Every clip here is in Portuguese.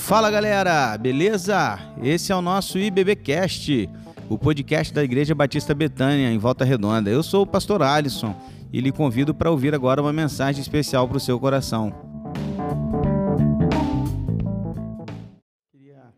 Fala galera, beleza? Esse é o nosso IBBcast, o podcast da Igreja Batista Betânia, em Volta Redonda. Eu sou o pastor Alisson e lhe convido para ouvir agora uma mensagem especial para o seu coração. Queria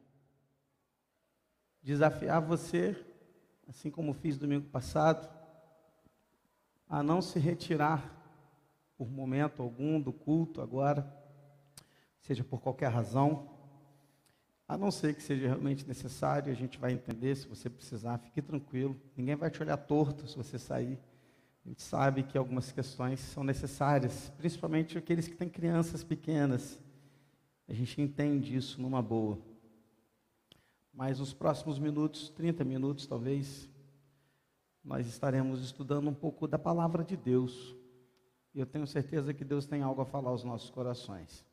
desafiar você, assim como fiz domingo passado, a não se retirar por momento algum do culto agora, seja por qualquer razão, a não ser que seja realmente necessário. A gente vai entender. Se você precisar, fique tranquilo, ninguém vai te olhar torto se você sair. A gente sabe que algumas questões são necessárias, principalmente aqueles que têm crianças pequenas. A gente entende isso numa boa. Mas nos próximos minutos, 30 minutos talvez, nós estaremos estudando um pouco da palavra de Deus. E eu tenho certeza que Deus tem algo a falar aos nossos corações.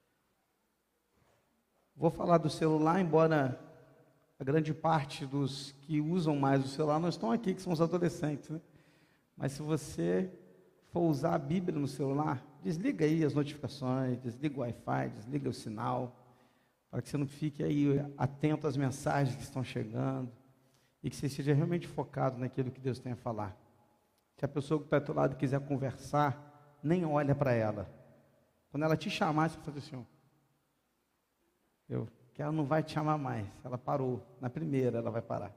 Vou falar do celular, embora a grande parte dos que usam mais o celular não estão aqui, que são os adolescentes, né? Mas se você for usar a Bíblia no celular, desliga aí as notificações, desliga o Wi-Fi, desliga o sinal, para que você não fique aí atento às mensagens que estão chegando e que você esteja realmente focado naquilo que Deus tem a falar. Se a pessoa que está do teu lado quiser conversar, nem olha para ela. Quando ela te chamar, você faz assim, ó. Que ela não vai te chamar mais. Ela parou. Na primeira ela vai parar.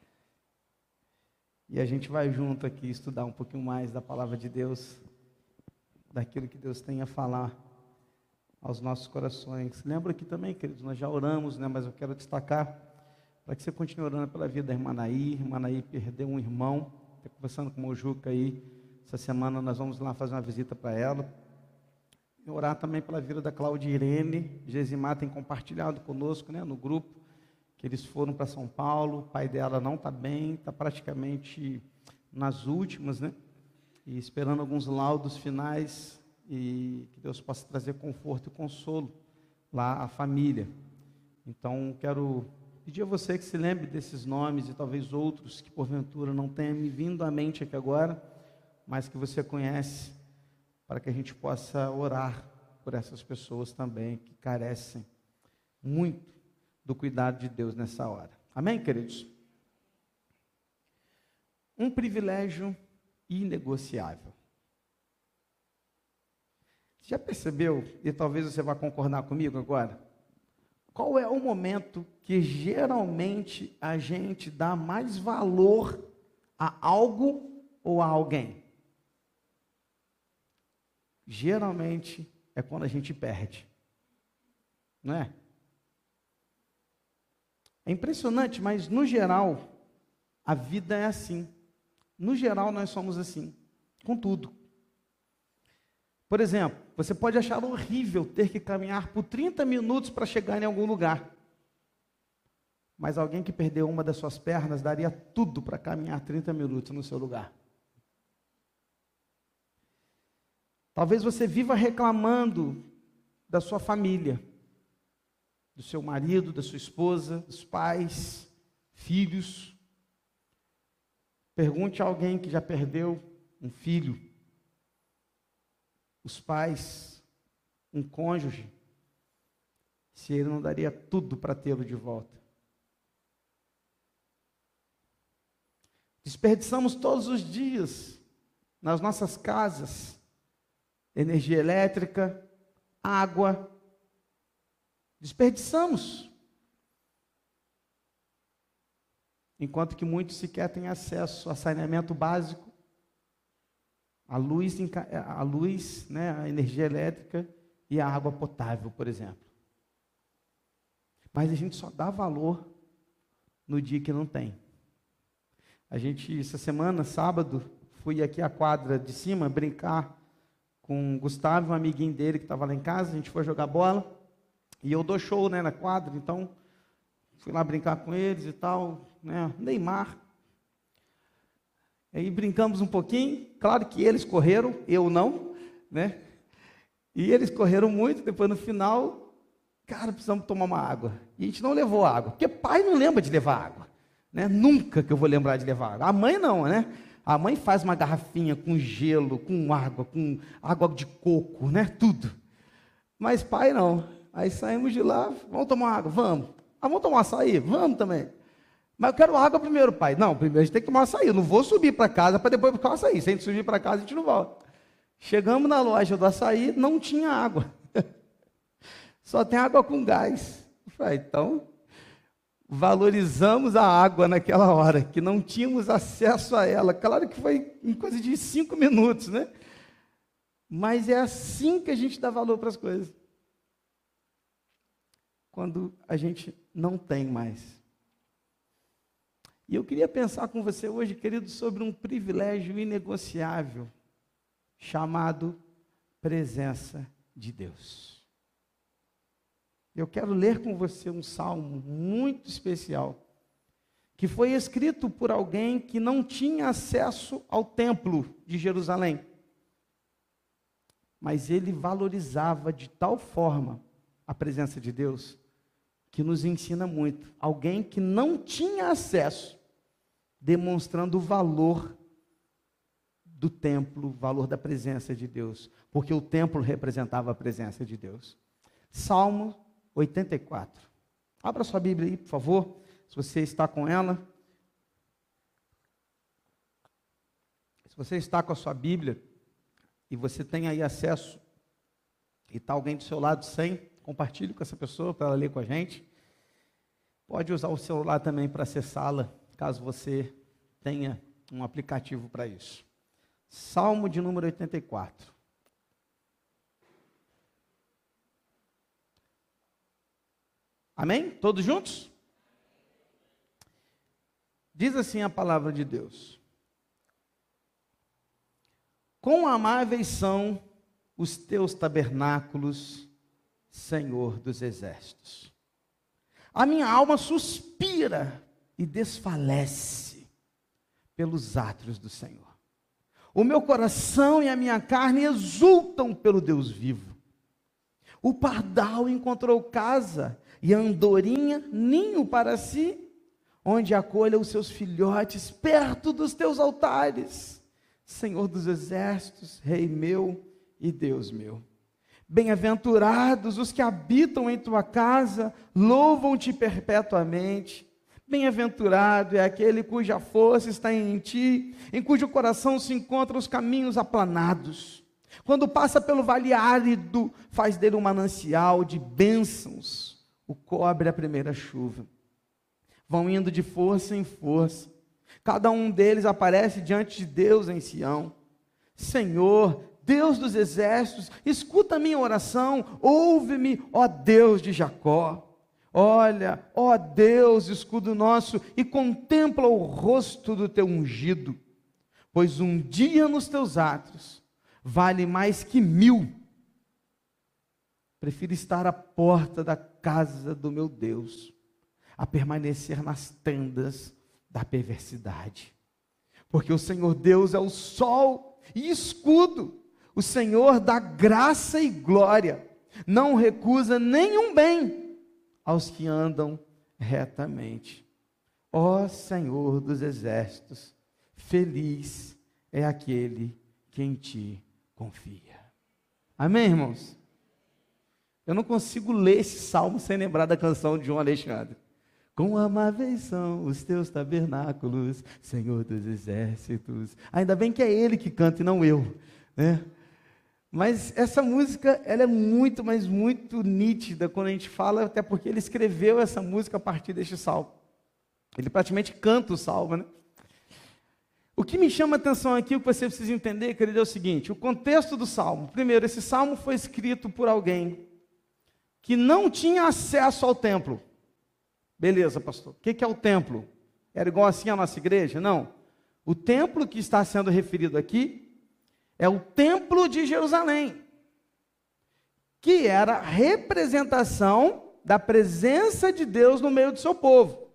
E a gente vai junto aqui estudar um pouquinho mais da palavra de Deus, daquilo que Deus tem a falar aos nossos corações. Lembra que também, queridos, nós já oramos, né? Mas eu quero destacar para que você continue orando pela vida da irmã Naí. Irmã Naí perdeu um irmão. Estou conversando com o Mojuca aí. Essa semana nós vamos lá fazer uma visita para ela. E orar também pela vida da Cláudia Irene. Gesimar tem compartilhado conosco, né, no grupo, que eles foram para São Paulo. O pai dela não está bem, está praticamente nas últimas, né? E esperando alguns laudos finais, e que Deus possa trazer conforto e consolo lá à família. Então, quero pedir a você que se lembre desses nomes e talvez outros que porventura não tenham me vindo à mente aqui agora, mas que você conhece, para que a gente possa orar por essas pessoas também, que carecem muito do cuidado de Deus nessa hora. Amém, queridos? Um privilégio inegociável. Você já percebeu, e talvez você vá concordar comigo agora, qual é o momento que geralmente a gente dá mais valor a algo ou a alguém? Geralmente é quando a gente perde, não é? É impressionante, mas no geral, a vida é assim. No geral, nós somos assim, com tudo. Por exemplo, você pode achar horrível ter que caminhar por 30 minutos para chegar em algum lugar. Mas alguém que perdeu uma das suas pernas daria tudo para caminhar 30 minutos no seu lugar. Talvez você viva reclamando da sua família, do seu marido, da sua esposa, dos pais, filhos. Pergunte a alguém que já perdeu um filho, os pais, um cônjuge, se ele não daria tudo para tê-lo de volta. Desperdiçamos todos os dias nas nossas casas energia elétrica, água, desperdiçamos. Enquanto que muitos sequer têm acesso a saneamento básico, a luz, né, a energia elétrica e a água potável, por exemplo. Mas a gente só dá valor no dia que não tem. Essa semana, sábado, fui aqui à quadra de cima brincar com o Gustavo, um amiguinho dele que estava lá em casa. A gente foi jogar bola, e eu dou show, né, na quadra, então fui lá brincar com eles e tal, né, Neymar. Aí brincamos um pouquinho, claro que eles correram, eu não, né, e eles correram muito. Depois no final, cara, precisamos tomar uma água, e a gente não levou água, porque pai não lembra de levar água, né, nunca que eu vou lembrar de levar água. A mãe não, né. A mãe faz uma garrafinha com gelo, com água de coco, né? Tudo. Mas pai não. Aí saímos de lá, vamos tomar água? Vamos. Ah, vamos tomar açaí? Vamos também. Mas eu quero água primeiro, pai. Não, primeiro a gente tem que tomar açaí. Eu não vou subir para casa para depois buscar o açaí. Se a gente subir para casa, a gente não volta. Chegamos na loja do açaí, não tinha água. Só tem água com gás. Eu falei, então, valorizamos a água naquela hora, que não tínhamos acesso a ela. Claro que foi em coisa de 5 minutos, né? Mas é assim que a gente dá valor para as coisas. Quando a gente não tem mais. E eu queria pensar com você hoje, querido, sobre um privilégio inegociável, chamado presença de Deus. Eu quero ler com você um salmo muito especial, que foi escrito por alguém que não tinha acesso ao templo de Jerusalém. Mas ele valorizava de tal forma a presença de Deus, que nos ensina muito. Alguém que não tinha acesso, demonstrando o valor do templo, o valor da presença de Deus, porque o templo representava a presença de Deus. Salmo 84. Abra sua Bíblia aí, por favor, se você está com ela. Se você está com a sua Bíblia, e você tem aí acesso, e está alguém do seu lado sem, compartilhe com essa pessoa para ela ler com a gente. Pode usar o celular também para acessá-la, caso você tenha um aplicativo para isso. Salmo de número 84. Amém? Todos juntos? Diz assim a palavra de Deus: quão amáveis são os teus tabernáculos, Senhor dos exércitos. A minha alma suspira e desfalece pelos átrios do Senhor. O meu coração e a minha carne exultam pelo Deus vivo. O pardal encontrou casa e a andorinha ninho para si, onde acolha os seus filhotes perto dos teus altares. Senhor dos exércitos, Rei meu e Deus meu. Bem-aventurados os que habitam em tua casa, louvam-te perpetuamente. Bem-aventurado é aquele cuja força está em ti, em cujo coração se encontram os caminhos aplanados. Quando passa pelo vale árido, faz dele um manancial de bênçãos, o cobre a primeira chuva. Vão indo de força em força, cada um deles aparece diante de Deus em Sião. Senhor, Deus dos exércitos, escuta a minha oração, ouve-me, ó Deus de Jacó. Olha, ó Deus, escudo nosso, e contempla o rosto do teu ungido, pois um dia nos teus atos vale mais que 1000. Prefiro estar à porta da casa do meu Deus, a permanecer nas tendas da perversidade, porque o Senhor Deus é o sol e escudo, o Senhor dá graça e glória, não recusa nenhum bem aos que andam retamente. Ó Senhor dos exércitos, feliz é aquele que em ti confia. Amém, irmãos? Eu não consigo ler esse salmo sem lembrar da canção de João Alexandre. Quão amáveis são os teus tabernáculos, Senhor dos exércitos. Ainda bem que é ele que canta e não eu, né? Mas essa música, ela é muito, mas muito nítida quando a gente fala, até porque ele escreveu essa música a partir deste salmo. Ele praticamente canta o salmo, né? O que me chama a atenção aqui, o que você precisa entender, querido, é o seguinte: o contexto do salmo. Primeiro, esse salmo foi escrito por alguém que não tinha acesso ao templo. Beleza, pastor. O que é o templo? Era igual assim a nossa igreja? Não. O templo que está sendo referido aqui é o templo de Jerusalém, que era a representação da presença de Deus no meio do seu povo.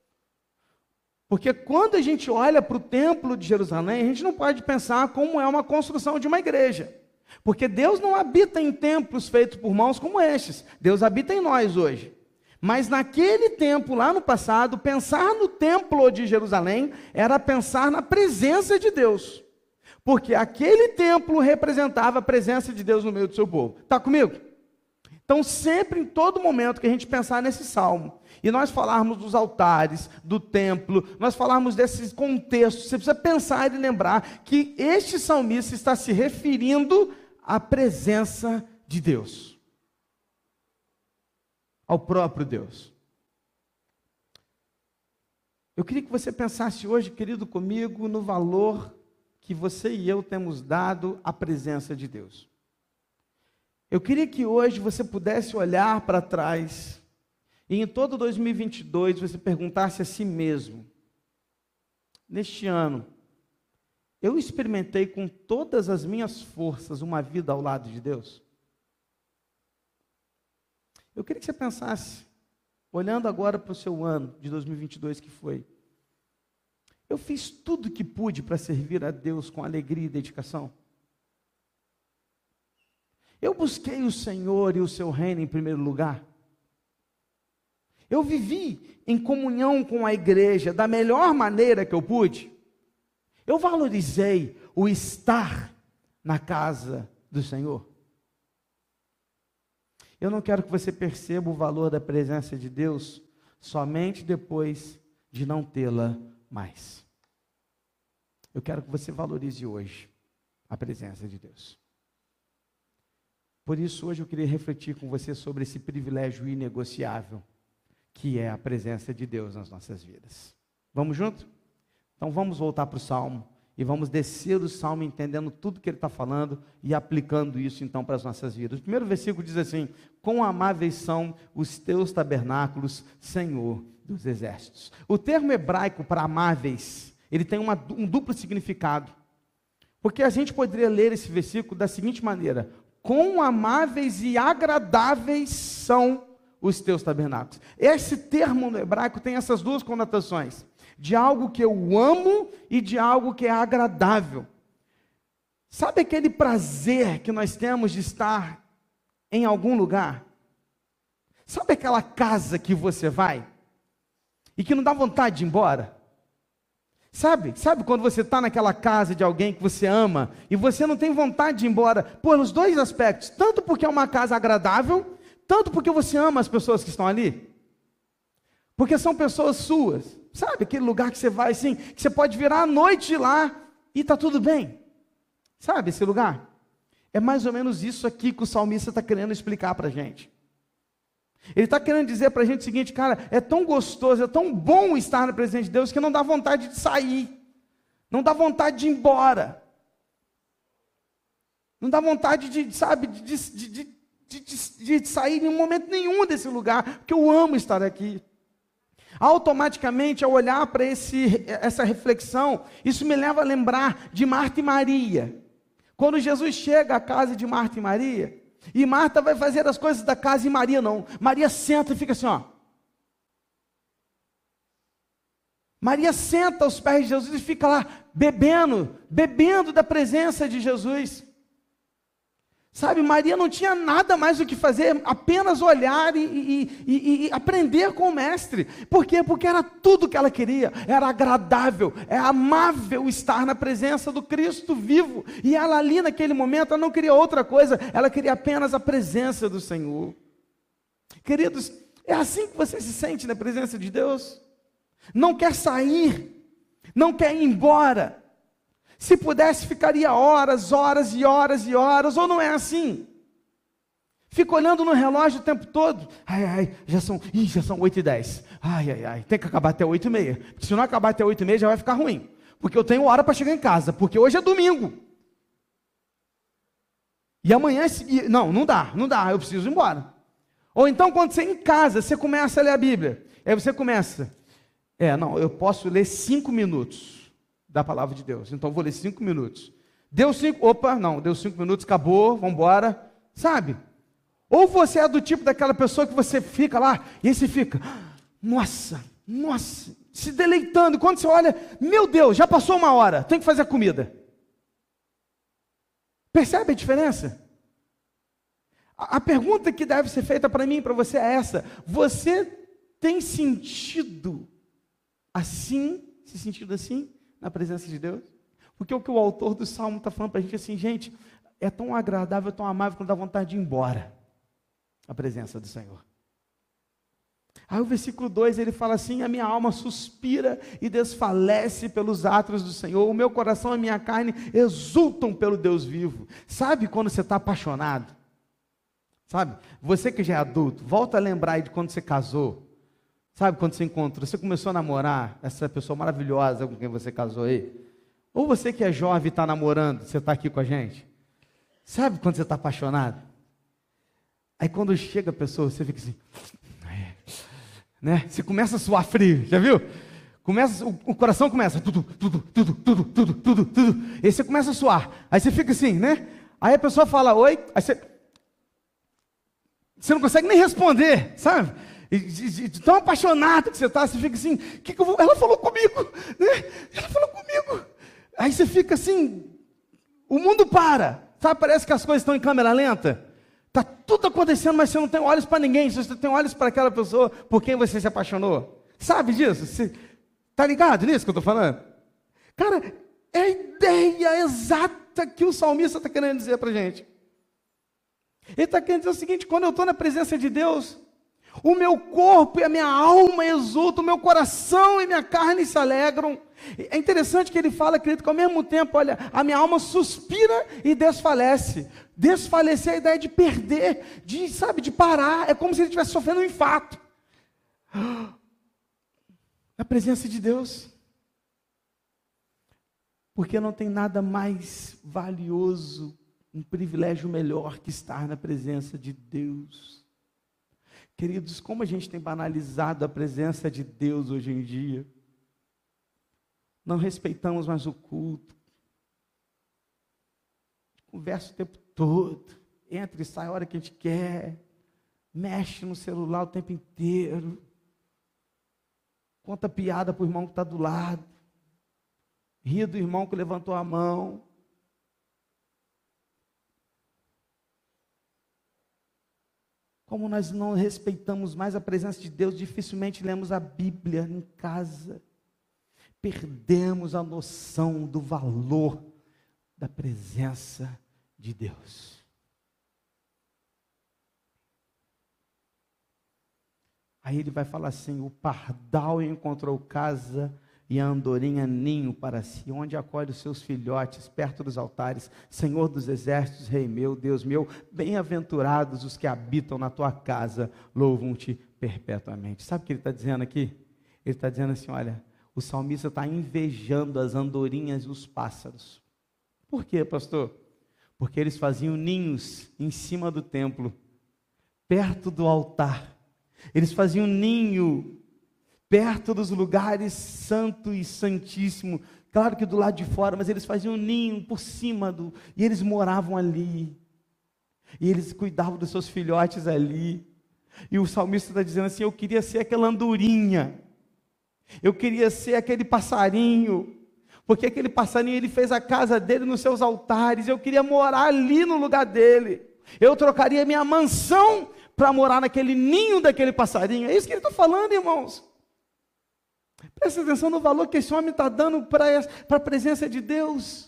Porque quando a gente olha para o templo de Jerusalém, a gente não pode pensar como é uma construção de uma igreja. Porque Deus não habita em templos feitos por mãos como estes. Deus habita em nós hoje. Mas naquele tempo, lá no passado, pensar no templo de Jerusalém era pensar na presença de Deus. Porque aquele templo representava a presença de Deus no meio do seu povo. Está comigo? Então, sempre, em todo momento que a gente pensar nesse salmo, e nós falarmos dos altares, do templo, nós falarmos desses contextos, você precisa pensar e lembrar que este salmista está se referindo à presença de Deus, ao próprio Deus. Eu queria que você pensasse hoje, querido, comigo, no valor que você e eu temos dado à presença de Deus. Eu queria que hoje você pudesse olhar para trás e em todo 2022 você perguntasse a si mesmo: neste ano, eu experimentei com todas as minhas forças uma vida ao lado de Deus? Eu queria que você pensasse, olhando agora para o seu ano de 2022 que foi: eu fiz tudo o que pude para servir a Deus com alegria e dedicação? Eu busquei o Senhor e o seu reino em primeiro lugar? Eu vivi em comunhão com a igreja da melhor maneira que eu pude? Eu valorizei o estar na casa do Senhor? Eu não quero que você perceba o valor da presença de Deus somente depois de não tê-la mais. Eu quero que você valorize hoje a presença de Deus. Por isso, hoje eu queria refletir com você sobre esse privilégio inegociável, que é a presença de Deus nas nossas vidas. Vamos junto? Então vamos voltar para o Salmo, e vamos descer o Salmo entendendo tudo que ele está falando, e aplicando isso então para as nossas vidas. O primeiro versículo diz assim: quão amáveis são os teus tabernáculos, Senhor dos exércitos. O termo hebraico para amáveis, ele tem um duplo significado, porque a gente poderia ler esse versículo da seguinte maneira: quão amáveis e agradáveis são os teus tabernáculos. Esse termo no hebraico tem essas duas conotações, de algo que eu amo e de algo que é agradável. Sabe aquele prazer que nós temos de estar em algum lugar? Sabe aquela casa que você vai e que não dá vontade de ir embora? Sabe quando você está naquela casa de alguém que você ama e você não tem vontade de ir embora, pelos dois aspectos, tanto porque é uma casa agradável, tanto porque você ama as pessoas que estão ali, porque são pessoas suas. Sabe aquele lugar que você vai assim, que você pode virar à noite de lá e está tudo bem? Sabe esse lugar? É mais ou menos isso aqui que o salmista está querendo explicar para a gente. Ele está querendo dizer para a gente o seguinte: cara, é tão gostoso, é tão bom estar na presença de Deus, que não dá vontade de sair, não dá vontade de ir embora, não dá vontade de sair em momento nenhum desse lugar, porque eu amo estar aqui. Automaticamente, ao olhar para essa reflexão, isso me leva a lembrar de Marta e Maria. Quando Jesus chega à casa de Marta e Maria, e Marta vai fazer as coisas da casa e Maria não. Maria senta e fica assim, ó. Maria senta aos pés de Jesus e fica lá bebendo da presença de Jesus. Sabe, Maria não tinha nada mais o que fazer, apenas olhar e aprender com o mestre. Por quê? Porque era tudo que ela queria, era agradável, é amável estar na presença do Cristo vivo. E ela ali naquele momento, ela não queria outra coisa, ela queria apenas a presença do Senhor. Queridos, é assim que você se sente na presença de Deus? Não quer sair, não quer ir embora. Se pudesse, ficaria horas e horas, ou não é assim? Fica olhando no relógio o tempo todo. Já são 8h10. Tem que acabar até 8h30. Porque se não acabar até 8h30, já vai ficar ruim. Porque eu tenho hora para chegar em casa, porque hoje é domingo. E amanhã, não dá, eu preciso ir embora. Ou então, quando você é em casa, você começa a ler a Bíblia. Aí você começa, eu posso ler 5 minutos. Da palavra de Deus, então vou ler 5 minutos, deu 5 minutos, acabou, vamos embora, sabe? Ou você é do tipo daquela pessoa que você fica lá, e aí você fica, nossa, se deleitando, quando você olha, meu Deus, já passou 1 hora, tem que fazer a comida. Percebe a diferença? A pergunta que deve ser feita para mim e para você é essa: você tem sentido assim, na presença de Deus? Porque o que o autor do Salmo está falando para a gente assim, gente, é tão agradável, tão amável, que não dá vontade de ir embora. a presença do Senhor. Aí o versículo 2, ele fala assim: a minha alma suspira e desfalece pelos atos do Senhor, o meu coração e a minha carne exultam pelo Deus vivo. Sabe quando você está apaixonado? Sabe? Você que já é adulto, volta a lembrar aí de quando você casou. Sabe quando você encontrou, você começou a namorar essa pessoa maravilhosa com quem você casou aí? Ou você que é jovem e está namorando, você está aqui com a gente? Sabe quando você está apaixonado? Aí quando chega a pessoa, você fica assim... né? Você começa a suar frio, já viu? O coração começa, tudo. E aí você começa a suar. Aí você fica assim, né? Aí a pessoa fala, oi. Aí você não consegue nem responder, sabe? Tão apaixonado que você está, você fica assim, que eu vou? Ela falou comigo, né? Ela falou comigo. Aí você fica assim, o mundo para, sabe? Parece que as coisas estão em câmera lenta. Está tudo acontecendo, mas você não tem olhos para ninguém, você tem olhos para aquela pessoa por quem você se apaixonou. Sabe disso? Você está ligado nisso que eu estou falando? Cara, é a ideia exata que o salmista está querendo dizer para a gente. Ele está querendo dizer o seguinte: quando eu estou na presença de Deus, o meu corpo e a minha alma exultam, o meu coração e minha carne se alegram. É interessante que ele fala, querido, que ao mesmo tempo, olha, a minha alma suspira e desfalece. Desfalecer é a ideia de perder, de parar. É como se ele estivesse sofrendo um infarto. Na presença de Deus. Porque não tem nada mais valioso, um privilégio melhor que estar na presença de Deus. Queridos, como a gente tem banalizado a presença de Deus hoje em dia. Não respeitamos mais o culto. Conversa o tempo todo. Entra e sai a hora que a gente quer. Mexe no celular o tempo inteiro. Conta piada para o irmão que está do lado. Ria do irmão que levantou a mão. Como nós não respeitamos mais a presença de Deus, dificilmente lemos a Bíblia em casa. Perdemos a noção do valor da presença de Deus. Aí ele vai falar assim: o pardal encontrou casa e a andorinha ninho para si, onde acolhe os seus filhotes, perto dos altares. Senhor dos exércitos, Rei meu, Deus meu, bem-aventurados os que habitam na tua casa, louvam-te perpetuamente. Sabe o que ele está dizendo aqui? Ele está dizendo assim, olha, o salmista está invejando as andorinhas e os pássaros. Por quê, pastor? Porque eles faziam ninhos em cima do templo, perto do altar. Eles faziam ninho perto dos lugares santo e santíssimo, claro que do lado de fora, mas eles faziam ninho por cima e eles moravam ali, e eles cuidavam dos seus filhotes ali, e o salmista está dizendo assim, eu queria ser aquela andorinha, eu queria ser aquele passarinho, porque aquele passarinho, ele fez a casa dele nos seus altares, eu queria morar ali no lugar dele, eu trocaria minha mansão para morar naquele ninho daquele passarinho. É isso que ele está falando, irmãos. Presta atenção no valor que esse homem está dando para a presença de Deus.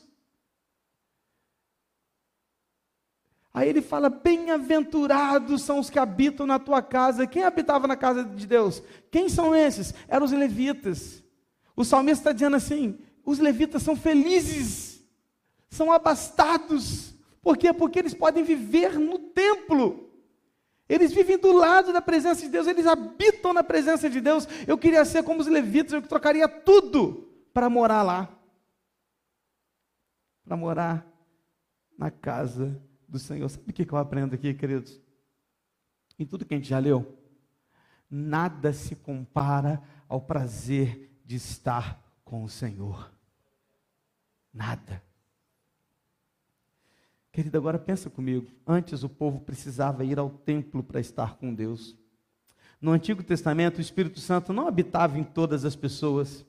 Aí ele fala, bem-aventurados são os que habitam na tua casa. Quem habitava na casa de Deus? Quem são esses? Eram os levitas. O salmista está dizendo assim, os levitas são felizes, são abastados. Por quê? Porque eles podem viver no templo. Eles vivem do lado da presença de Deus, eles habitam na presença de Deus. Eu queria ser como os levitas, eu trocaria tudo para morar lá. Para morar na casa do Senhor. Sabe o que eu aprendo aqui, queridos? Em tudo que a gente já leu, nada se compara ao prazer de estar com o Senhor. Nada. Querido, agora pensa comigo, antes o povo precisava ir ao templo para estar com Deus. No Antigo Testamento, o Espírito Santo não habitava em todas as pessoas.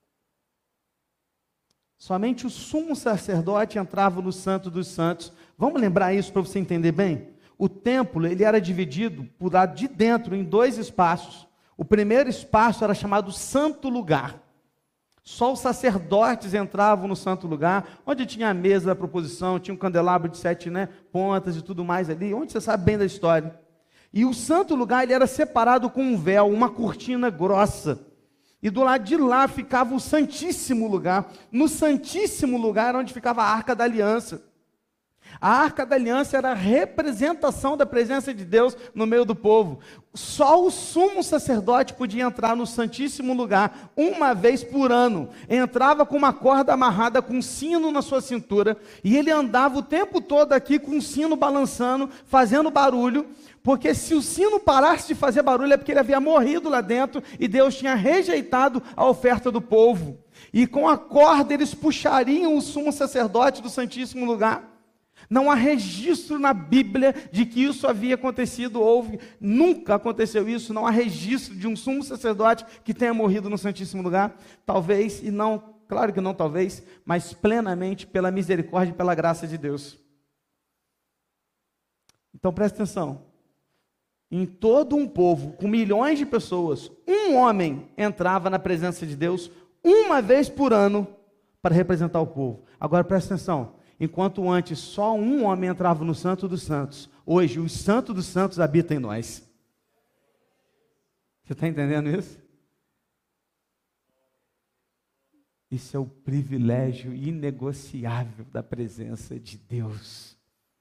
Somente o sumo sacerdote entrava no Santo dos Santos. Vamos lembrar isso para você entender bem? O templo, ele era dividido por lado de dentro em dois espaços. O primeiro espaço era chamado Santo Lugar. Só os sacerdotes entravam no santo lugar, onde tinha a mesa da proposição, tinha um candelabro de 7 pontas e tudo mais ali, onde você sabe bem da história. E o santo lugar ele era separado com um véu, uma cortina grossa. E do lado de lá ficava o santíssimo lugar. No santíssimo lugar era onde ficava a Arca da Aliança. A Arca da Aliança era a representação da presença de Deus no meio do povo. Só o sumo sacerdote podia entrar no santíssimo lugar uma vez por ano. Entrava com uma corda amarrada com um sino na sua cintura. E ele andava o tempo todo aqui com o sino balançando, fazendo barulho. Porque se o sino parasse de fazer barulho é porque ele havia morrido lá dentro e Deus tinha rejeitado a oferta do povo. E com a corda eles puxariam o sumo sacerdote do santíssimo lugar. Não há registro na Bíblia de que isso havia acontecido, nunca aconteceu isso, não há registro de um sumo sacerdote que tenha morrido no Santíssimo Lugar. Talvez, e não, claro que não talvez, mas plenamente pela misericórdia e pela graça de Deus. Então presta atenção, em todo um povo, com milhões de pessoas, um homem entrava na presença de Deus uma vez por ano para representar o povo. Agora presta atenção. Enquanto antes só um homem entrava no Santo dos Santos, hoje o Santo dos Santos habita em nós. Você está entendendo isso? Isso é o privilégio inegociável da presença de Deus.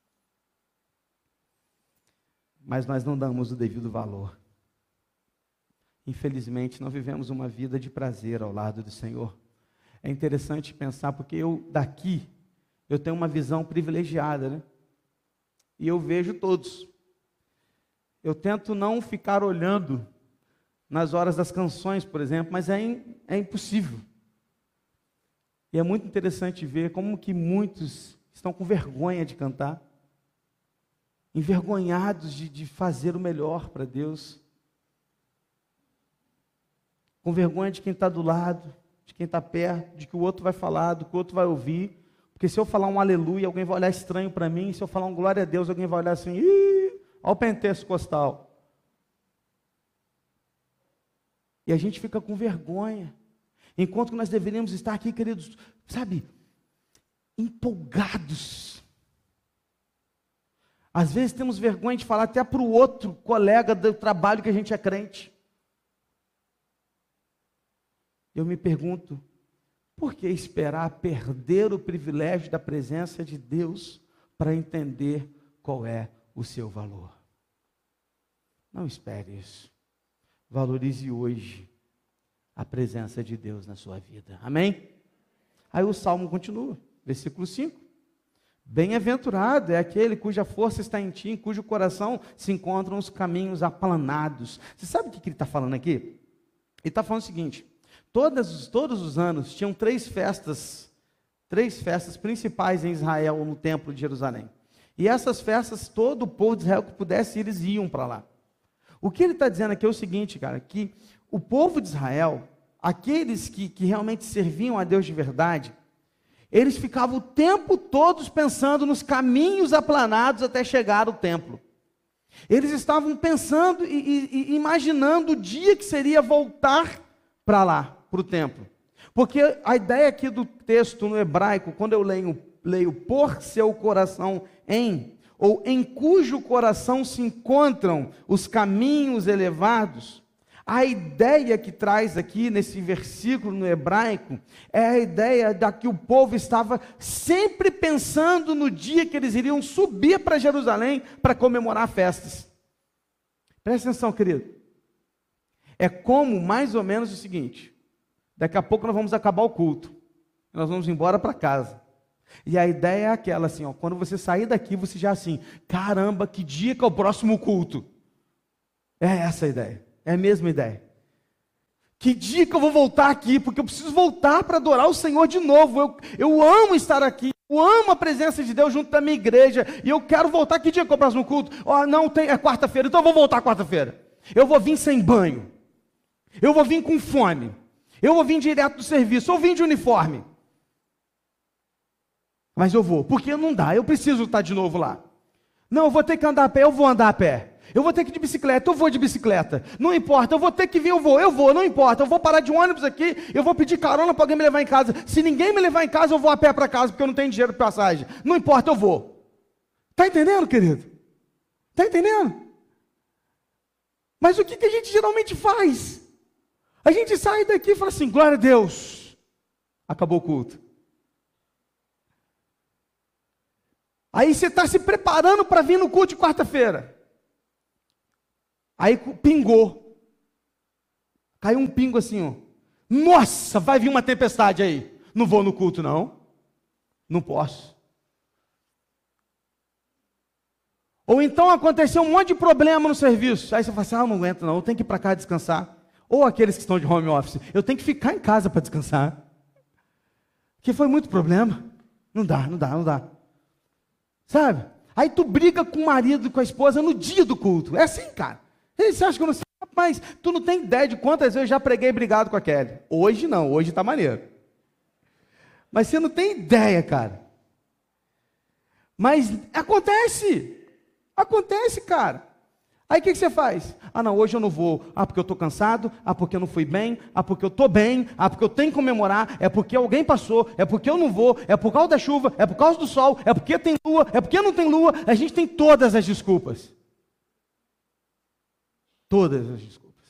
Mas nós não damos o devido valor. Infelizmente, não vivemos uma vida de prazer ao lado do Senhor. É interessante pensar, porque eu tenho uma visão privilegiada, né? E eu vejo todos. Eu tento não ficar olhando nas horas das canções, por exemplo, mas é impossível. E é muito interessante ver como que muitos estão com vergonha de cantar, envergonhados de fazer o melhor para Deus, com vergonha de quem está do lado, de quem está perto, de que o outro vai falar, do que o outro vai ouvir. Porque se eu falar um aleluia, alguém vai olhar estranho para mim. Se eu falar um glória a Deus, alguém vai olhar assim, olha o pentecostal. E a gente fica com vergonha. Enquanto que nós deveríamos estar aqui, queridos, sabe, empolgados. Às vezes temos vergonha de falar até para o outro colega do trabalho que a gente é crente. Eu me pergunto, por que esperar perder o privilégio da presença de Deus para entender qual é o seu valor? Não espere isso. Valorize hoje a presença de Deus na sua vida. Amém? Aí o Salmo continua, versículo 5. Bem-aventurado é aquele cuja força está em ti, em cujo coração se encontram os caminhos aplanados. Você sabe o que ele está falando aqui? Ele está falando o seguinte: todos os anos tinham três festas principais em Israel, no templo de Jerusalém. E essas festas, todo o povo de Israel que pudesse, eles iam para lá. O que ele está dizendo aqui é o seguinte, cara, que o povo de Israel, aqueles que realmente serviam a Deus de verdade, eles ficavam o tempo todo pensando nos caminhos aplanados até chegar ao templo. Eles estavam pensando e imaginando o dia que seria voltar para lá, para o templo. Porque a ideia aqui do texto no hebraico, quando eu leio por seu coração em, ou em cujo coração se encontram os caminhos elevados, a ideia que traz aqui nesse versículo no hebraico é a ideia de que o povo estava sempre pensando no dia que eles iriam subir para Jerusalém para comemorar festas. Presta atenção, querido. É como mais ou menos o seguinte: daqui a pouco nós vamos acabar o culto, nós vamos embora para casa. E a ideia é aquela assim, ó, quando você sair daqui, você já assim, caramba, que dia que é o próximo culto? É essa a ideia. É a mesma ideia. Que dia que eu vou voltar aqui? Porque eu preciso voltar para adorar o Senhor de novo. Eu amo estar aqui. Eu amo a presença de Deus junto da minha igreja. E eu quero voltar. Que dia que é o próximo culto? Oh, não, é quarta-feira. Então eu vou voltar quarta-feira. Eu vou vir sem banho. Eu vou vir com fome. Eu vou vir direto do serviço. Eu vim de uniforme. Mas eu vou. Porque não dá. Eu preciso estar de novo lá. Não, eu vou ter que andar a pé. Eu vou andar a pé. Eu vou ter que ir de bicicleta, eu vou de bicicleta. Não importa, eu vou ter que vir, eu vou, não importa. Eu vou parar de ônibus aqui, eu vou pedir carona para alguém me levar em casa. Se ninguém me levar em casa, eu vou a pé para casa, porque eu não tenho dinheiro para passagem. Não importa, eu vou. Está entendendo, querido? Está entendendo? Mas o que a gente geralmente faz? A gente sai daqui e fala assim, glória a Deus, acabou o culto. Aí você está se preparando para vir no culto de quarta-feira. Aí pingou. Caiu um pingo assim, ó. Nossa, vai vir uma tempestade aí. Não vou no culto, não. Não posso. Ou então aconteceu um monte de problema no serviço. Aí você fala assim, não aguento não, eu tenho que ir para casa descansar. Ou aqueles que estão de home office, eu tenho que ficar em casa para descansar. Porque foi muito problema. Não dá. Sabe? Aí tu briga com o marido e com a esposa no dia do culto. É assim, cara. Você acha que eu não sei? Rapaz, tu não tem ideia de quantas vezes eu já preguei brigado com a Kelly. Hoje não, hoje tá maneiro. Mas você não tem ideia, cara. Mas acontece, cara. Aí o que você faz? Não, hoje eu não vou. Porque eu estou cansado. Porque eu não fui bem. Porque eu estou bem. Porque eu tenho que comemorar. É porque alguém passou. É porque eu não vou. É por causa da chuva. É por causa do sol. É porque tem lua. É porque não tem lua. A gente tem todas as desculpas. Todas as desculpas.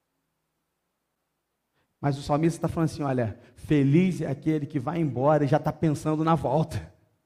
Mas o salmista está falando assim, olha, feliz é aquele que vai embora e já está pensando na volta.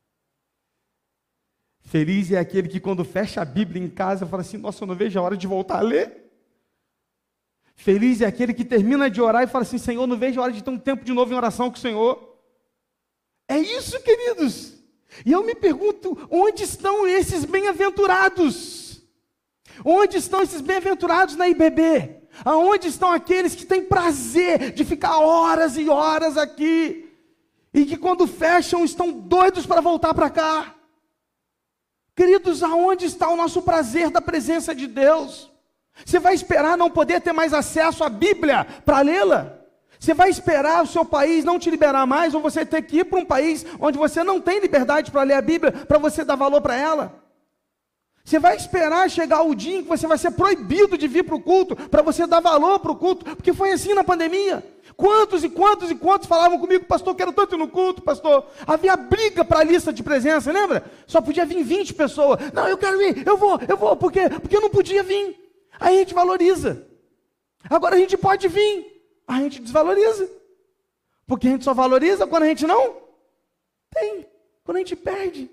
Feliz é aquele que quando fecha a Bíblia em casa, fala assim, nossa, eu não vejo a hora de voltar a ler. Feliz é aquele que termina de orar e fala assim, Senhor, não vejo a hora de ter um tempo de novo em oração com o Senhor. É isso, queridos. E eu me pergunto, onde estão esses bem-aventurados? Onde estão esses bem-aventurados na IBB? Aonde estão aqueles que têm prazer de ficar horas e horas aqui? E que quando fecham estão doidos para voltar para cá? Queridos, aonde está o nosso prazer da presença de Deus? Você vai esperar não poder ter mais acesso à Bíblia para lê-la? Você vai esperar o seu país não te liberar mais, ou você ter que ir para um país onde você não tem liberdade para ler a Bíblia, para você dar valor para ela? Você vai esperar chegar o dia em que você vai ser proibido de vir para o culto, para você dar valor para o culto, porque foi assim na pandemia. Quantos e quantos falavam comigo, pastor, quero tanto ir no culto, pastor. Havia briga para a lista de presença, lembra? Só podia vir 20 pessoas. Não, eu quero ir, eu vou, por quê? Porque eu não podia vir. Aí a gente valoriza. Agora a gente pode vir, a gente desvaloriza. Porque a gente só valoriza quando a gente não tem, quando a gente perde.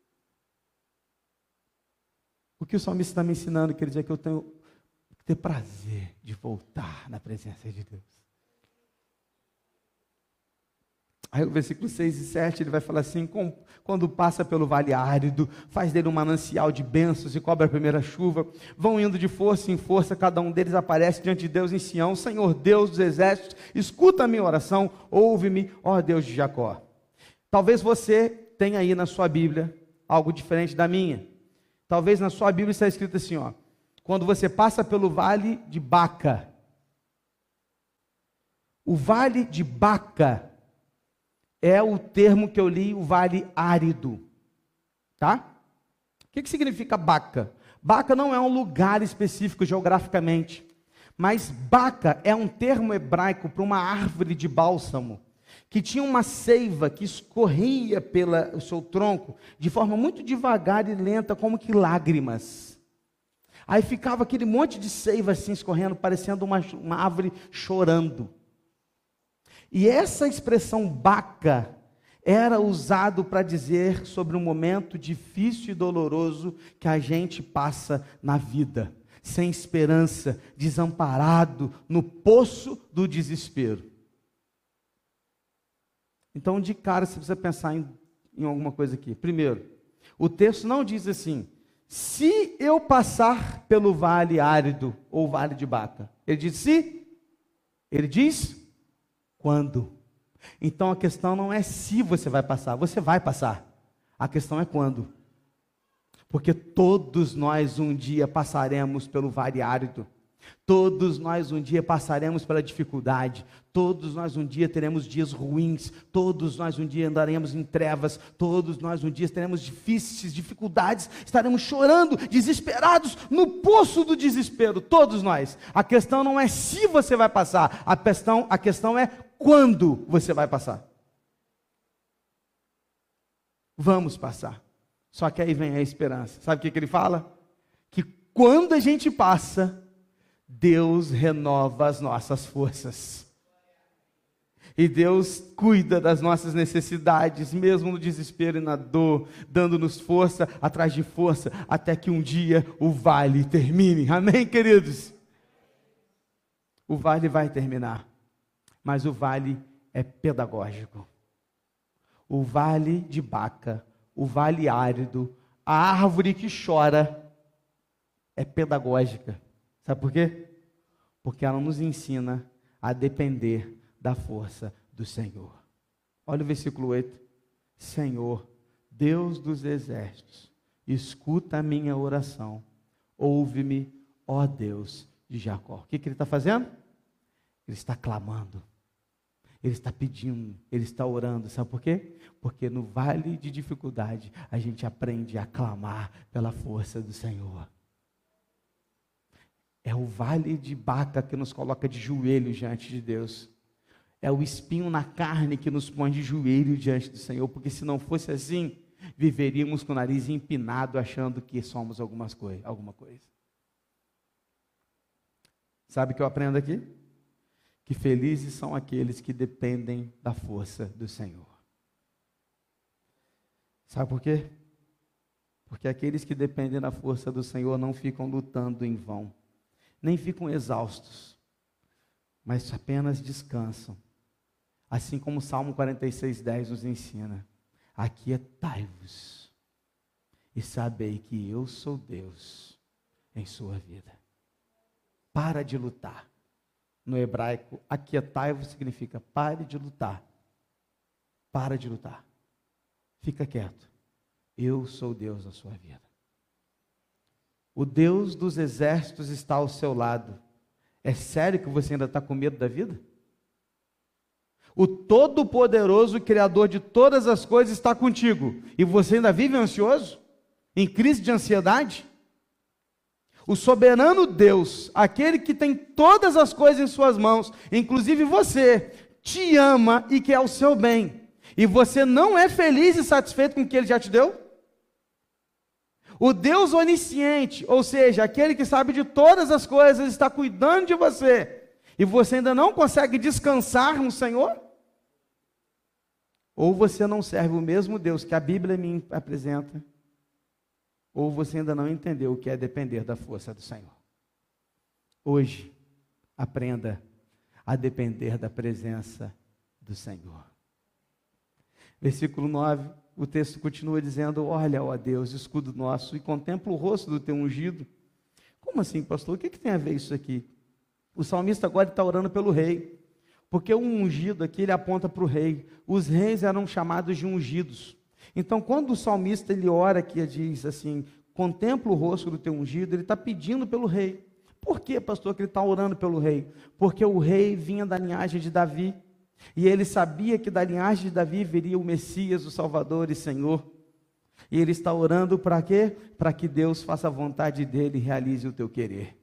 O que o salmista está me ensinando, quer dizer que eu tenho que ter prazer de voltar na presença de Deus. Aí o versículo 6 e 7, ele vai falar assim, quando passa pelo vale árido, faz dele um manancial de bênçãos e cobre a primeira chuva, vão indo de força em força, cada um deles aparece diante de Deus em Sião, Senhor Deus dos exércitos, escuta a minha oração, ouve-me, ó Deus de Jacó. Talvez você tenha aí na sua Bíblia algo diferente da minha. Talvez na sua Bíblia está escrito assim, ó, quando você passa pelo vale de Baca. O vale de Baca é o termo que eu li, o vale árido, tá? O que significa Baca? Baca não é um lugar específico geograficamente, mas Baca é um termo hebraico para uma árvore de bálsamo, que tinha uma seiva que escorria pelo seu tronco, de forma muito devagar e lenta, como que lágrimas. Aí ficava aquele monte de seiva assim escorrendo, parecendo uma árvore chorando. E essa expressão Baca era usado para dizer sobre um momento difícil e doloroso que a gente passa na vida, sem esperança, desamparado, no poço do desespero. Então, de cara, você precisa pensar em alguma coisa aqui. Primeiro, o texto não diz assim, se eu passar pelo vale árido ou vale de Baca. Ele diz se, ele diz quando. Então, a questão não é se você vai passar a questão é quando. Porque todos nós um dia passaremos pelo vale árido. Todos nós um dia passaremos pela dificuldade, todos nós um dia teremos dias ruins, todos nós um dia andaremos em trevas, todos nós um dia teremos dificuldades, estaremos chorando, desesperados, no poço do desespero, todos nós. A questão não é se você vai passar, a questão é quando você vai passar. Vamos passar, só que aí vem a esperança. Sabe o que ele fala? Que quando a gente passa, Deus renova as nossas forças. E Deus cuida das nossas necessidades, mesmo no desespero e na dor, dando-nos força atrás de força, até que um dia o vale termine. Amém, queridos? O vale vai terminar, mas o vale é pedagógico. O vale de Baca, o vale árido, a árvore que chora, é pedagógica. Sabe por quê? Porque ela nos ensina a depender da força do Senhor. Olha o versículo 8. Senhor, Deus dos exércitos, escuta a minha oração. Ouve-me, ó Deus de Jacó. O que ele está fazendo? Ele está clamando. Ele está pedindo, ele está orando. Sabe por quê? Porque no vale de dificuldade, a gente aprende a clamar pela força do Senhor. É o vale de Baca que nos coloca de joelhos diante de Deus. É o espinho na carne que nos põe de joelho diante do Senhor, porque se não fosse assim, viveríamos com o nariz empinado, achando que somos alguma coisa. Sabe o que eu aprendo aqui? Que felizes são aqueles que dependem da força do Senhor. Sabe por quê? Porque aqueles que dependem da força do Senhor não ficam lutando em vão, nem ficam exaustos, mas apenas descansam. Assim como o Salmo 46:10 nos ensina: aquietai-vos e sabei que eu sou Deus em sua vida. Para de lutar. No hebraico, aquietai-vos significa pare de lutar. Para de lutar. Fica quieto. Eu sou Deus na sua vida. O Deus dos exércitos está ao seu lado. É sério que você ainda está com medo da vida? O Todo-Poderoso, Criador de todas as coisas, está contigo. E você ainda vive ansioso? Em crise de ansiedade? O soberano Deus, aquele que tem todas as coisas em suas mãos, inclusive você, te ama e quer o seu bem. E você não é feliz e satisfeito com o que Ele já te deu? O Deus onisciente, ou seja, aquele que sabe de todas as coisas, está cuidando de você. E você ainda não consegue descansar no Senhor? Ou você não serve o mesmo Deus que a Bíblia me apresenta, ou você ainda não entendeu o que é depender da força do Senhor. Hoje, aprenda a depender da presença do Senhor. Versículo 9, o texto continua dizendo: olha, ó Deus, escudo nosso, e contempla o rosto do teu ungido. Como assim, pastor? O que tem a ver isso aqui? O salmista agora está orando pelo rei, porque o ungido aqui, ele aponta para o rei. Os reis eram chamados de ungidos. Então, quando o salmista ele ora aqui e diz assim: contempla o rosto do teu ungido, ele está pedindo pelo rei. Por que, pastor, que ele está orando pelo rei? Porque o rei vinha da linhagem de Davi, e ele sabia que da linhagem de Davi viria o Messias, o Salvador e Senhor. E ele está orando para quê? Para que Deus faça a vontade dele e realize o teu querer.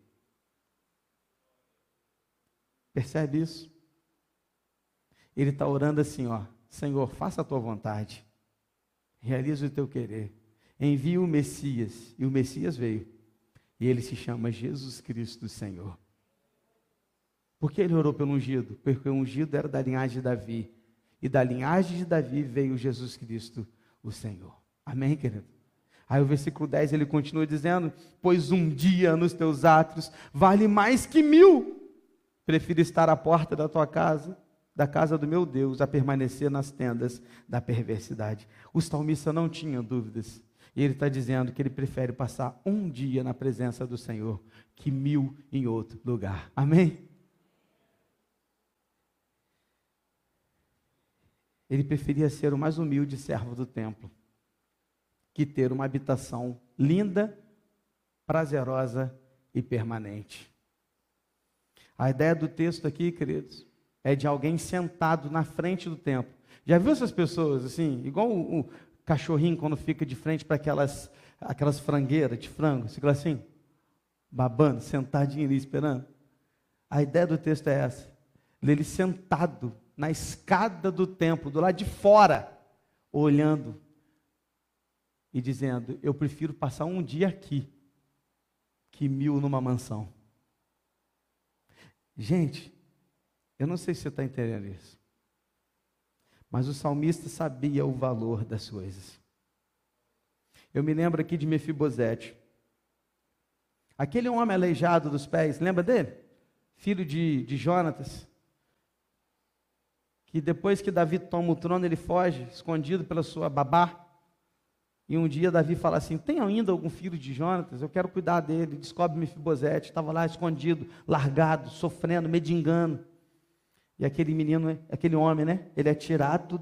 Percebe isso? Ele está orando assim, ó: Senhor, faça a tua vontade, realize o teu querer, envia o Messias. E o Messias veio, e ele se chama Jesus Cristo, Senhor. Por que ele orou pelo ungido? Porque o ungido era da linhagem de Davi, e da linhagem de Davi veio Jesus Cristo, o Senhor. Amém, querido? Aí o versículo 10 ele continua dizendo: pois um dia nos teus átrios vale mais que 1000. Prefiro estar à porta da tua casa, da casa do meu Deus, a permanecer nas tendas da perversidade. O salmista não tinha dúvidas. E ele está dizendo que ele prefere passar um dia na presença do Senhor que 1000 em outro lugar. Amém? Ele preferia ser o mais humilde servo do templo que ter uma habitação linda, prazerosa e permanente. A ideia do texto aqui, queridos, é de alguém sentado na frente do templo. Já viu essas pessoas assim, igual o cachorrinho quando fica de frente para aquelas frangueiras de frango, fica assim, babando, sentadinho ali esperando? A ideia do texto é essa, ele sentado na escada do templo, do lado de fora, olhando e dizendo: eu prefiro passar um dia aqui que 1000 numa mansão. Gente, eu não sei se você está entendendo isso, mas o salmista sabia o valor das coisas. Eu me lembro aqui de Mefibosete, aquele homem aleijado dos pés, lembra dele? Filho de Jonatas, que depois que Davi toma o trono, ele foge, escondido pela sua babá, e um dia Davi fala assim, tem ainda algum filho de Jonatas? Eu quero cuidar dele. Descobre Mefibosete, estava lá escondido, largado, sofrendo, mendigando. E aquele menino, aquele homem, né? Ele é tirado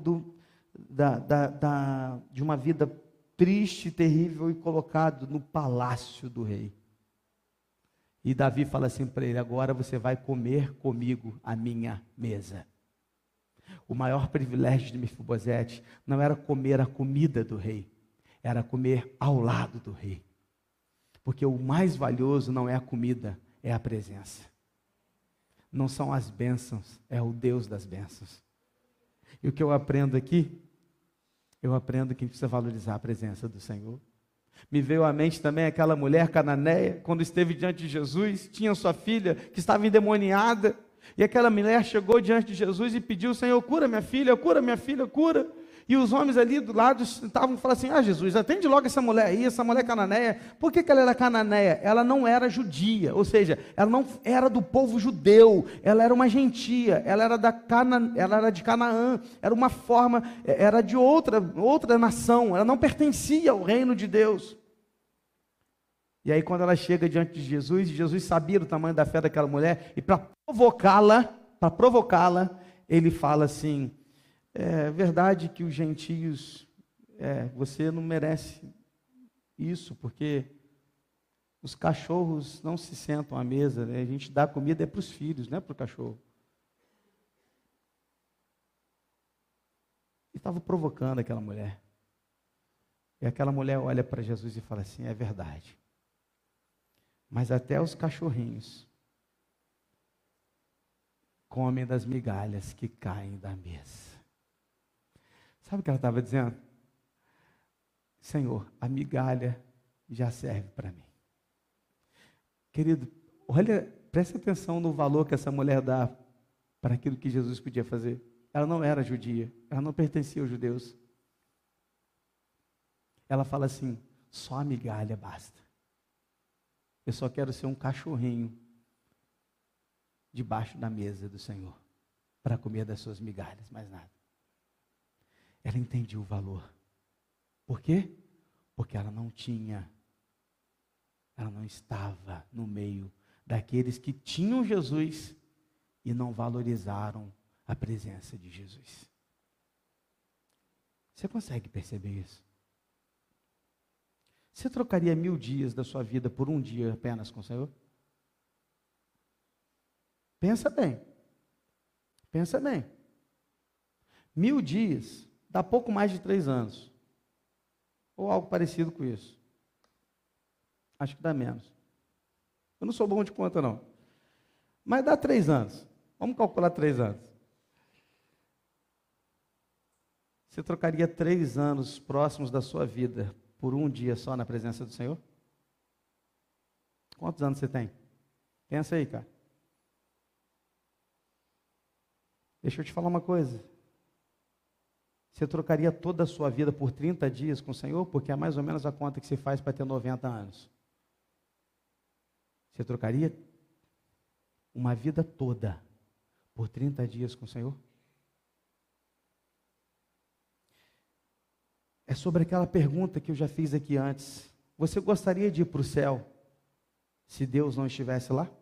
de uma vida triste, terrível, e colocado no palácio do rei. E Davi fala assim para ele, agora você vai comer comigo a minha mesa. O maior privilégio de Mefibosete não era comer a comida do rei, era comer ao lado do rei. Porque o mais valioso não é a comida, é a presença. Não são as bênçãos, é o Deus das bênçãos. E o que eu aprendo aqui, eu aprendo que a gente precisa valorizar a presença do Senhor. Me veio à mente também aquela mulher cananeia, quando esteve diante de Jesus, tinha sua filha que estava endemoniada, e aquela mulher chegou diante de Jesus e pediu, Senhor, cura minha filha, cura. E os homens ali do lado estavam falando assim, Jesus, atende logo essa mulher aí, essa mulher cananeia. Por que ela era cananeia? Ela não era judia, ou seja, ela não era do povo judeu, ela era uma gentia, ela era de Canaã, era uma forma, era de outra nação, ela não pertencia ao reino de Deus. E aí quando ela chega diante de Jesus, Jesus sabia do tamanho da fé daquela mulher, e para provocá-la, ele fala assim, é verdade que os gentios, você não merece isso, porque os cachorros não se sentam à mesa, né? A gente dá comida para os filhos, não é para o cachorro. E estava provocando aquela mulher. E aquela mulher olha para Jesus e fala assim, é verdade. Mas até os cachorrinhos comem das migalhas que caem da mesa. Sabe o que ela estava dizendo? Senhor, a migalha já serve para mim. Querido, olha, preste atenção no valor que essa mulher dá para aquilo que Jesus podia fazer. Ela não era judia, ela não pertencia aos judeus. Ela fala assim, só a migalha basta. Eu só quero ser um cachorrinho debaixo da mesa do Senhor, para comer das suas migalhas, mais nada. Ela entendia o valor. Por quê? Porque ela não estava no meio daqueles que tinham Jesus e não valorizaram a presença de Jesus. Você consegue perceber isso? Você trocaria 1000 dias da sua vida por um dia apenas com o Senhor? Pensa bem. Pensa bem. 1000 dias dá pouco mais de 3 anos. Ou algo parecido com isso. Acho que dá menos. Eu não sou bom de conta, não. Mas dá 3 anos. Vamos calcular 3 anos. Você trocaria 3 anos próximos da sua vida por um dia só na presença do Senhor? Quantos anos você tem? Pensa aí, cara. Deixa eu te falar uma coisa. Você trocaria toda a sua vida por 30 dias com o Senhor? Porque é mais ou menos a conta que você faz para ter 90 anos. Você trocaria uma vida toda por 30 dias com o Senhor? É sobre aquela pergunta que eu já fiz aqui antes. Você gostaria de ir para o céu se Deus não estivesse lá?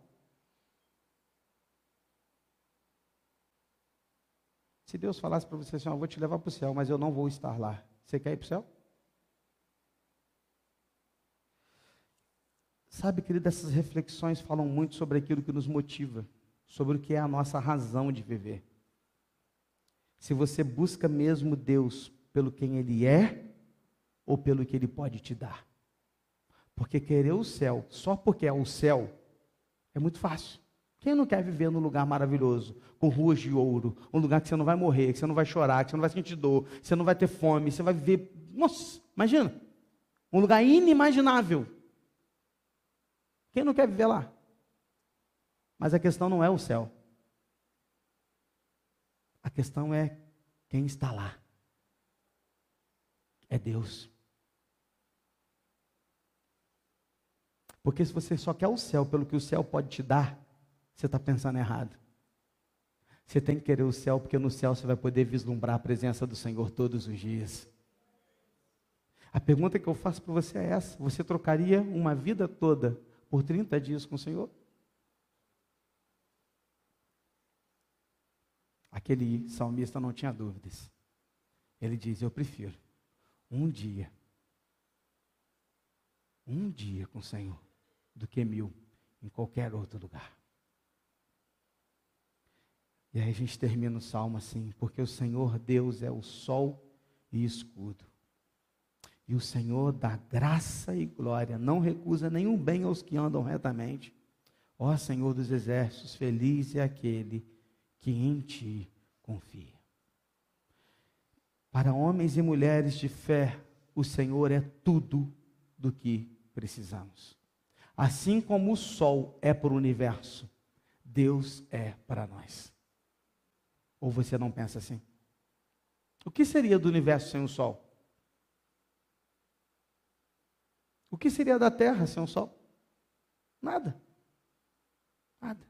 Se Deus falasse para você assim, eu vou te levar para o céu, mas eu não vou estar lá. Você quer ir para o céu? Sabe, querido, essas reflexões falam muito sobre aquilo que nos motiva, sobre o que é a nossa razão de viver. Se você busca mesmo Deus pelo quem Ele é, ou pelo que Ele pode te dar. Porque querer o céu, só porque é o céu, é muito fácil. Quem não quer viver num lugar maravilhoso, com ruas de ouro, um lugar que você não vai morrer, que você não vai chorar, que você não vai sentir dor, que você não vai ter fome, você vai viver, nossa, imagina, um lugar inimaginável. Quem não quer viver lá? Mas a questão não é o céu. A questão é quem está lá. É Deus. Porque se você só quer o céu pelo que o céu pode te dar, você está pensando errado. Você tem que querer o céu, porque no céu você vai poder vislumbrar a presença do Senhor todos os dias. A pergunta que eu faço para você é essa: você trocaria uma vida toda por 30 dias com o Senhor? Aquele salmista não tinha dúvidas. Ele diz: eu prefiro um dia com o Senhor, do que 1000 em qualquer outro lugar. E aí a gente termina o salmo assim: porque o Senhor Deus é o sol e escudo. E o Senhor dá graça e glória, não recusa nenhum bem aos que andam retamente. Ó Senhor dos exércitos, feliz é aquele que em ti confia. Para homens e mulheres de fé, o Senhor é tudo do que precisamos. Assim como o sol é para o universo, Deus é para nós. Ou você não pensa assim? O que seria do universo sem o sol? O que seria da terra sem o sol? Nada. Nada.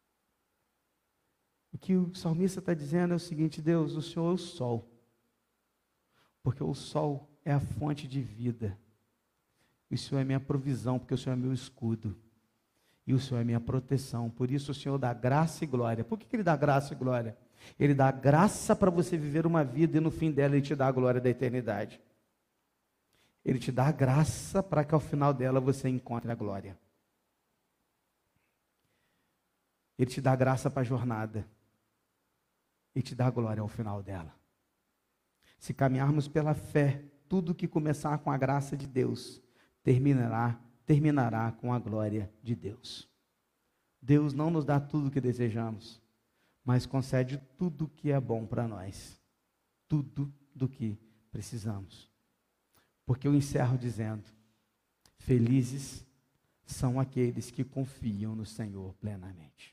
O que o salmista está dizendo é o seguinte: Deus, o Senhor é o sol. Porque o sol é a fonte de vida. E o Senhor é minha provisão, porque o Senhor é meu escudo. E o Senhor é minha proteção. Por isso o Senhor dá graça e glória. Por que Ele dá graça e glória? Ele dá graça para você viver uma vida e no fim dela Ele te dá a glória da eternidade. Ele te dá a graça para que ao final dela você encontre a glória. Ele te dá a graça para a jornada. E te dá a glória ao final dela. Se caminharmos pela fé, tudo que começar com a graça de Deus, terminará com a glória de Deus. Deus não nos dá tudo o que desejamos, mas concede tudo o que é bom para nós. Tudo do que precisamos. Porque eu encerro dizendo: felizes são aqueles que confiam no Senhor plenamente.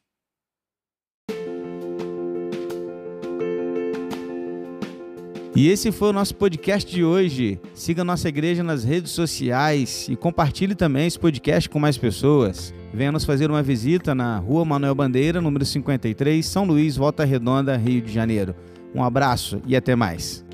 E esse foi o nosso podcast de hoje. Siga nossa igreja nas redes sociais e compartilhe também esse podcast com mais pessoas. Venha nos fazer uma visita na Rua Manuel Bandeira, número 53, São Luís, Volta Redonda, Rio de Janeiro. Um abraço e até mais.